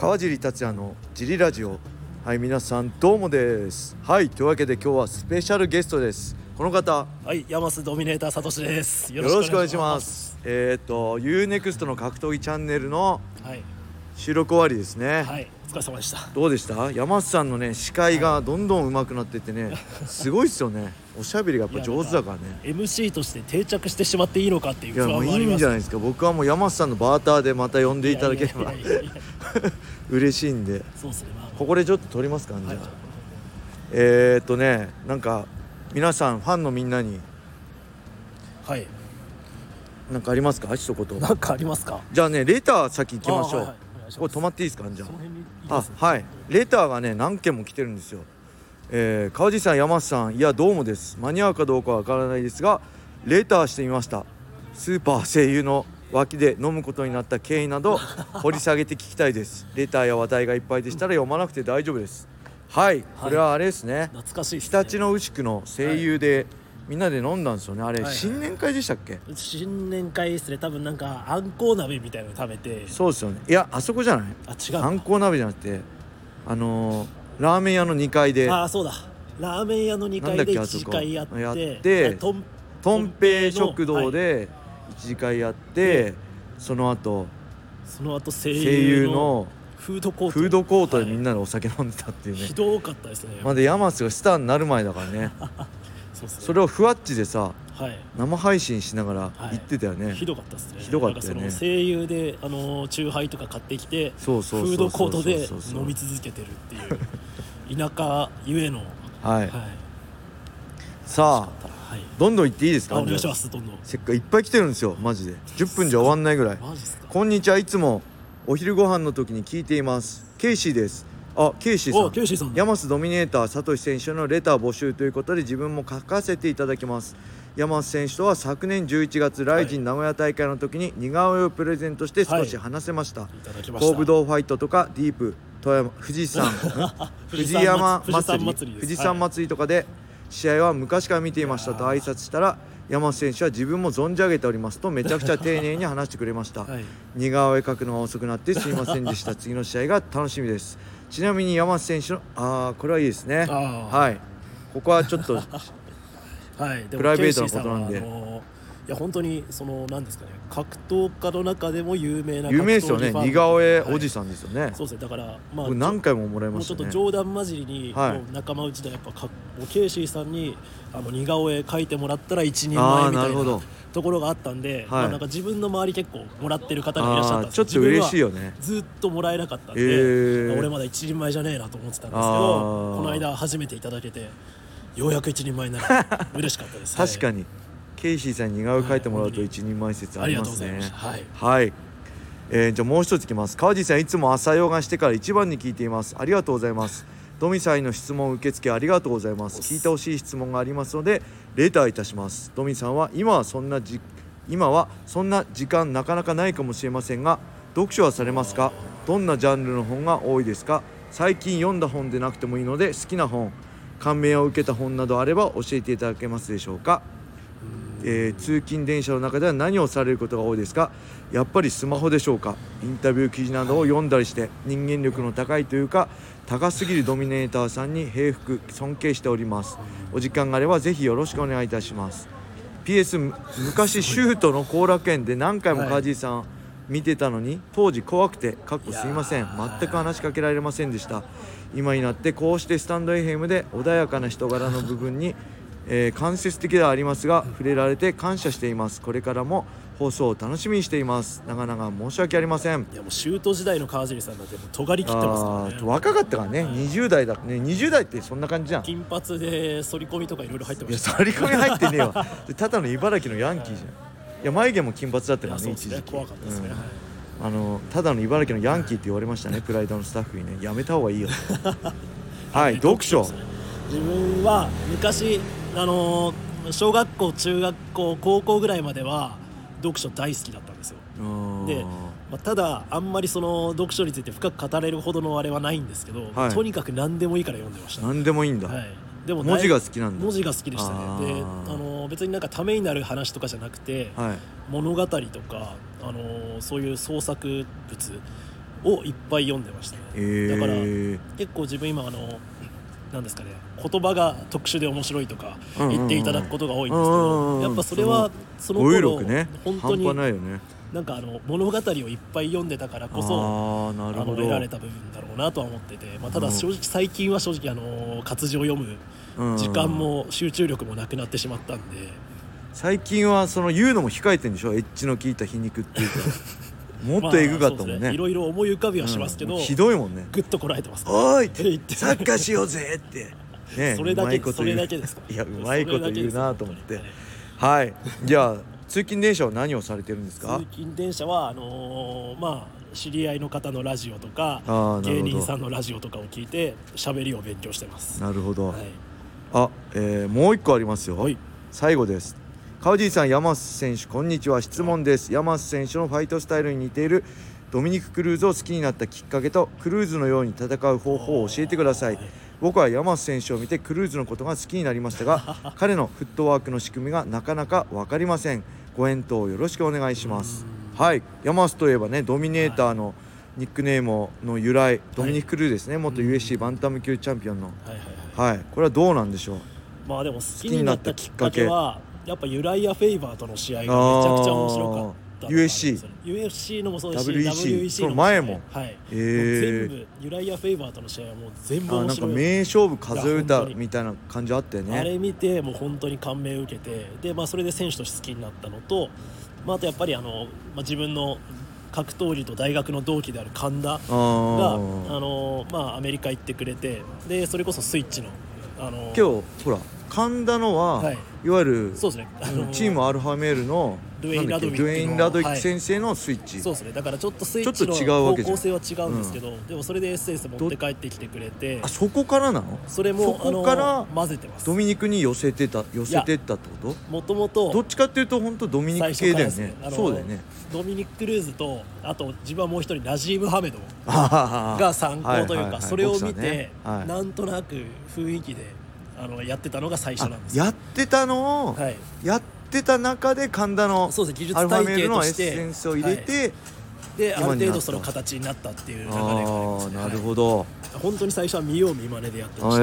川尻達也のジリラジオ。はい、皆さんどうもです。はい、というわけで今日はスペシャルゲストです。この方、 はい、ヤマスドミネーターサトシです。 よろしくお願いします。UNEXT の格闘技チャンネルの収録終わりですね。 はい、お疲れ様でした。 どうでした？山瀬さんのね、司会がどんどん上手くなってってね、すごいっすよね。おしゃべりがやっぱ上手だからね。 MC として定着してしまっていいのかっていう不安もあります。 いや、もういいんじゃないですか。僕はもう山瀬さんのバーターでまた呼んでいただければ嬉しいんで。 そうですね、 ここでちょっと撮りますかね、じゃあ。なんか皆さんファンのみんなになんかありますか？一言。 なんかありますか？ じゃあね、レター先行きましょう。これ止まっていいですか？じゃあ、はい、レターがね何件も来てるんですよ。川地さん、山瀬さん、いやどうもです。間に合うかどうかわからないですがレターしてみました。スーパー声優の脇で飲むことになった経緯など掘り下げて聞きたいです。レターや話題がいっぱいでしたら読まなくて大丈夫です。はい、これはあれですね、 懐かしいですね。 常陸の牛久の声優で、みんなで飲んだんですよね。あれ、新年会でしたっけ？ 新年会ですね。多分なんかあんこう鍋みたいなの食べて。 そうですよね。いや、あそこじゃない？ 違う、 あんこう鍋じゃなくてラーメン屋の2階で、 そうだ、ラーメン屋の2階で1次会やってとんぺい食堂で1次会やって、その後声優のフードコートでみんなでお酒飲んでたっていうね。 ひどかったですね。 まだ山瀬がスターになる前だからねそれをふわっちでさ、生配信しながら言ってたよね。 ひどかったですね。 ひどかったよね。 声優でチューハイとか買ってきてフードコートで飲み続けてるっていう田舎ゆえのさあ、どんどん言っていいですか？ お願いします。どんどん。 せっかくいっぱい来てるんですよ、マジで。10分じゃ終わんないぐらい。こんにちは、いつもお昼ご飯の時に聞いています。ケイシーです。ケイシーさん、ヤマスドミネーターサトシ選手のレター募集ということで自分も書かせていただきます。ヤマス選手とは昨年11月ライジン名古屋大会の時に似顔絵をプレゼントして少し話せました。神戸道ファイトとかディープ富山富士山富士山祭りとかで試合は昔から見ていましたと挨拶したら、山瀬選手は自分も存じ上げておりますとめちゃくちゃ丁寧に話してくれました。似顔絵描くのが遅くなってすいませんでした。次の試合が楽しみです。ちなみに山瀬選手のこれはいいですね。ここはちょっとプライベートなことなんで、 いや本当に何ですかね、格闘家の中でも有名な有名ですよね。似顔絵おじさんですよね。 そうですね。だから僕何回ももらいましたね。 もうちょっと冗談交じりに仲間内でやっぱケイシーさんに似顔絵描いてもらったら一人前みたいなところがあったんで、なんか自分の周り結構もらってる方がいらっしゃったんですけど、 ちょっと嬉しいよね。 ずっともらえなかったんで、俺まだ一人前じゃねえなと思ってたんですけど、この間初めていただけてようやく一人前になる嬉しかったです。 確かにケイシーさんに似顔絵描いてもらうと一人前説ありますね。じゃあもう一ついきます。川地さん、いつも朝ヨガしてから一番に聞いています。ありがとうございます。ドミさんへの質問受付ありがとうございます。聞いてほしい質問がありますのでレターいたします。ドミさんは今はそんな時間なかなかないかもしれませんが読書はされますか？どんなジャンルの本が多いですか？最近読んだ本でなくてもいいので好きな本、感銘を受けた本などあれば教えていただけますでしょうか？通勤電車の中では何をされることが多いですか？やっぱりスマホでしょうか？インタビュー記事などを読んだりして人間力の高いというか高すぎるドミネーターさんに平服尊敬しております。お時間があればぜひよろしくお願いいたします。 PS 昔シュートの後楽園で何回もカージーさん見てたのに当時怖くてすいません全く話しかけられませんでした。今になってこうしてスタンド FM で穏やかな人柄の部分に間接的ではありますが触れられて感謝しています。これからも放送を楽しみにしています。長々申し訳ありません。 いやもうシュート時代の川尻さんだってもう尖り切ってますからね。 若かったからね、20代だね。20代ってそんな感じじゃん。 金髪で反り込みとかいろいろ入ってました。 いや反り込み入ってねえわただの茨城のヤンキーじゃん。いや眉毛も金髪だったからね、一時期。 怖かったですね。 ただの茨城のヤンキーって言われましたねプライドのスタッフにね。やめた方がいいよ読書。 自分は昔小学校中学校高校ぐらいまでは読書大好きだったんですよ。で、ただあんまり読書について深く語れるほどのあれはないんですけど、とにかく何でもいいから読んでました。 何でもいいんだ。 でも文字が好きなんだ。 文字が好きでしたね。で別になんかためになる話とかじゃなくて、物語とかそういう創作物をいっぱい読んでましたね。だから結構自分今なんですかね、言葉が特殊で面白いとか言っていただくことが多いんですけど、やっぱそれはその頃語彙力ね、 本当に半端ないよね。 なんか物語をいっぱい読んでたからこそ得られた部分だろうなとは思ってて、ただ正直最近は正直活字を読む時間も集中力もなくなってしまったんで、 最近はその言うのも控えてるんでしょ、エッジの効いた皮肉っていうかもっとエグかったもんね。 いろいろ思い浮かびはしますけど、 ひどいもんね。 グッとこらえてますおーいって言ってサッカーしようぜってね、 それだけですか。 いや、うまいこと言うなと思って。はい、じゃあ通勤電車は何をされてるんですか？ 通勤電車は知り合いの方のラジオとか芸人さんのラジオとかを聞いて喋りを勉強してます。 なるほど、もう一個ありますよ、最後です。川尻さん、山瀬選手こんにちは。質問です。山瀬選手のファイトスタイルに似ているドミニク・クルーズを好きになったきっかけと、クルーズのように戦う方法を教えてください。僕は山瀬選手を見てクルーズのことが好きになりましたが彼のフットワークの仕組みがなかなか分かりません。ご返答よろしくお願いします。はい、山瀬といえばね、ドミネーターのニックネームの由来、ドミニク・クルーですね、元 USC バンタム級チャンピオンの、これはどうなんでしょう。 でも好きになったきっかけはやっぱユライア・フェイバーとの試合がめちゃくちゃ面白かった。UFC のもそうですし WEC の前も、全部ユライア・フェイバーとの試合はもう全部面白い。 なんか名勝負数え歌みたいな感じあったよね。 あれ見てもう本当に感銘を受けて、で、それで選手として好きになったのと、あとやっぱり自分の格闘技と大学の同期である神田がアメリカ行ってくれて、でそれこそスイッチの今日ほら神田のは、いわゆるそうですね、 チームアルファメールのドゥエイン・ラドウィック先生のスイッチ、 そうですね。だからちょっとスイッチの方向性は違うんですけど、でもそれでエッセンス持って帰ってきてくれて、 そこからなの？ それもそこから混ぜてます。 ドミニクに寄せてったってこと？ もともとどっちかっていうと本当ドミニク系だよね。そうだよね。 ドミニク・クルーズと、あと自分はもう一人ナジーム・ハメドが参考というか、それを見てなんとなく雰囲気でやってたのが最初なんです。 やってたのを、やってた中で神田の技術体系としてアルファメールのエッセンスを入れて、 である程度その形になったっていう流れがあります。 なるほど。 本当に最初は見よう見まねでやってました。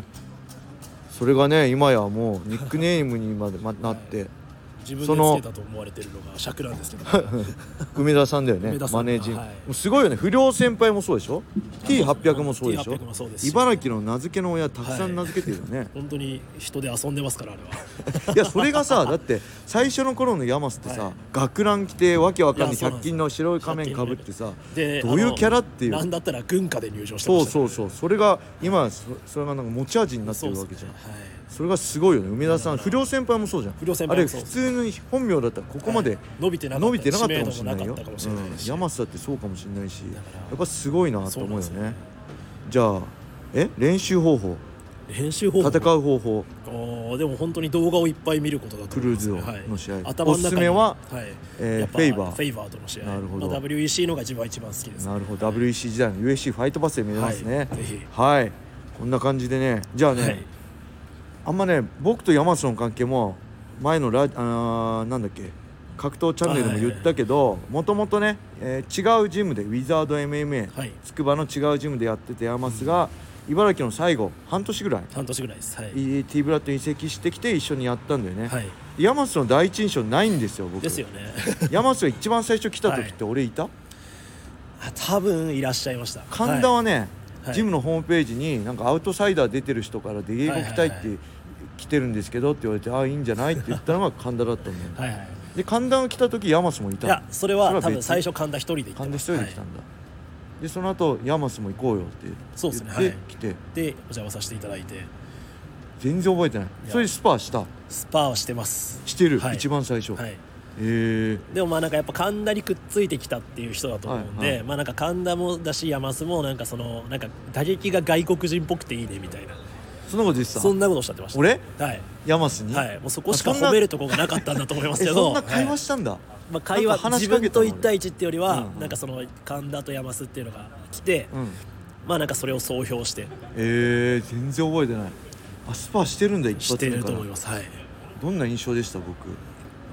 それがね今やもうニックネームにまでなって、 自分でつけたと思われてるのが尺なんですけど梅田さんだよね、マネージング、すごいよね。不良先輩もそうでしょ、 T800 もそうでしょ。茨城の名付けの親たくさん名付けてるよね。 本当に人で遊んでますから、あれは。 いや、それがさ、だって最初の頃の山瀬ってさ、学ラン着てわけわかんない100均の白い仮面かぶってさ、どういうキャラっていう、 なんだったら軍歌で入場してましたね。 そう、それが今それがなんか持ち味になってるわけじゃん。それがすごいよね。梅田さん、不良先輩もそうじゃん。あれ普通の本名だったらここまで伸びてなかったかもしれないよ。山瀬だってそうかもしれないし、やっぱすごいなと思うよね。じゃあ練習方法、戦う方法、 でも本当に動画をいっぱい見ることだと思います。 クルーズの試合、 頭の中におすすめはフェイバーとの試合。 なるほど。 WEC のが自分は一番好きです。 なるほど。WEC 時代の USC ファイトパスで見れますね。はい、こんな感じでね。じゃあね、あんまね、僕と山瀬の関係も前のなんだっけ、格闘チャンネルでも言ったけど、もともとね、違うジムでウィザード MMA、つくばの違うジムでやってて、山瀬が茨城の最後半年ぐらいです、T ブラッドに移籍してきて一緒にやったんだよね。山瀬の第一印象ないんですよ、僕。 ですよね。 山瀬が一番最初来た時って俺いた？ 多分いらっしゃいました。 神田はね、ジムのホームページになんかアウトサイダー出てる人から出稽古来たいって来てるんですけどって言われて、いいんじゃないって言ったのが神田だったんだよ。で、神田が来た時山瀬もいた。 いや、それは多分最初神田一人で行ってます。 神田一人で来たんだ。でその後山瀬も行こうよって言って来て、 でお邪魔させていただいて。 全然覚えてない。それでスパーはしてます。 してる、一番最初。 でもなんかやっぱ神田にくっついてきたっていう人だと思うんで、なんか神田もだし山瀬もなんかなんか打撃が外国人っぽくていいねみたいな、 そんなこと言ってた。 そんなことおっしゃってました。 俺？山瀬に？もうそこしか褒めるとこがなかったんだと思いますけど。 そんな会話したんだ。 会話、自分と1対1ってよりは、なんか神田と山瀬っていうのが来て、なんかそれを総評して。 全然覚えてない。スパーしてるんだ、一発目から。 してると思います。 どんな印象でした？僕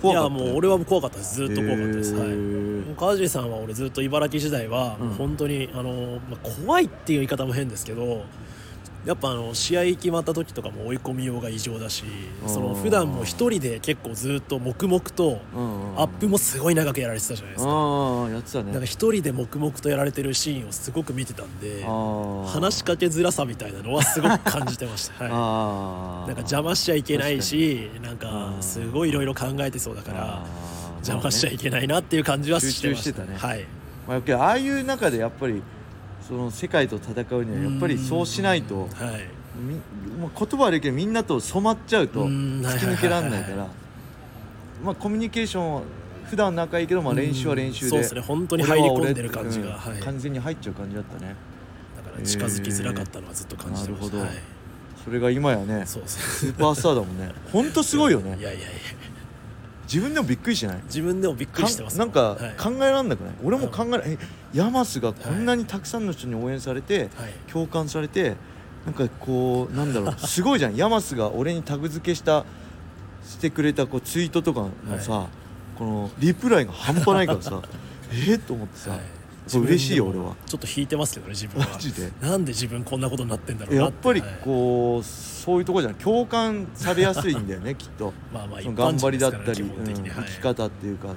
怖かった。 いやもう俺は怖かったです。ずっと怖かったです。はい。川尻さんは俺ずっと茨城時代はもう本当に、怖いっていう言い方も変ですけど、やっぱ試合決まった時とかも追い込みようが異常だし、その普段も一人で結構ずっと黙々とアップもすごい長くやられてたじゃないですか。 やってたね。 なんか一人で黙々とやられてるシーンをすごく見てたんで、話しかけづらさみたいなのはすごく感じてました。はい、なんか邪魔しちゃいけないし、なんかすごいいろいろ考えてそうだから邪魔しちゃいけないなっていう感じはしてました。 集中してたね。 はい。 ああいう中でやっぱりその世界と戦うにはやっぱりそうしないと、もう言葉悪いけどみんなと染まっちゃうと突き抜けられないから、コミュニケーション普段仲いいけど、練習は練習で、 そうですね、本当に入り込んでる感じが、 完全に入っちゃう感じだったね。 だから近づきづらかったのはずっと感じてました。 なるほど。それが今やね、スーパースターだもんね。本当すごいよね。 いやいやいや、 自分でもびっくりしない？ 自分でもびっくりしてます。 なんか考えられなくない？俺も考えられない。ヤマスがこんなにたくさんの人に応援されて、共感されて、なんかこうなんだろうすごいじゃん。ヤマスが俺にタグ付けしてくれたこうツイートとかのさ、このリプライが半端ないからさと思ってさ、嬉しいよ俺は。 ちょっと引いてますけどね、自分は。 マジでなんで自分こんなことになってんだろうなって。 やっぱりこう、そういうところじゃない、共感されやすいんだよねきっと。その頑張りだったり、生き方っていうか、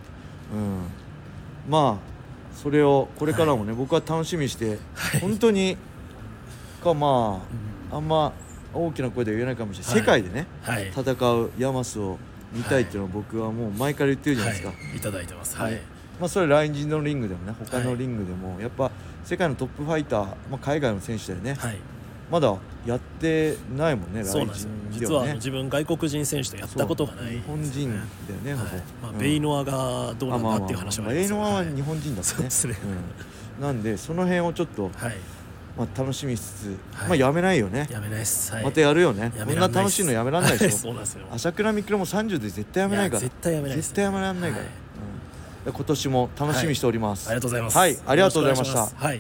それをこれからもね、僕は楽しみにして、本当にあんま大きな声では言えないかもしれない、世界でね、戦うヤマスを見たいっていうのを僕はもう前から言ってるじゃないですか。 いただいてます。 それ来日のリングでもね、他のリングでもやっぱ世界のトップファイター、海外の選手だよね、まだやってないもんね。 そうなんですよ、実は自分外国人選手とやったことがない、 日本人だよね。 ベイノアがどうなんだっていう話はあります。 ベイノアは日本人だったね。なんでその辺をちょっと楽しみしつつ、やめないよね。 やめないです。 またやるよね。こんな楽しいのやめらんないでしょ。 そうなんですよ。 朝倉未来も30で絶対やめないから。 絶対やめないです。 絶対やめらんないから。今年も楽しみにしております。 ありがとうございます。 はい、ありがとうございました。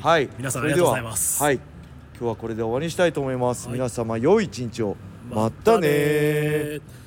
はい、 皆さんありがとうございます。 はい、今日はこれで終わりにしたいと思います。皆様良い一日を。またね。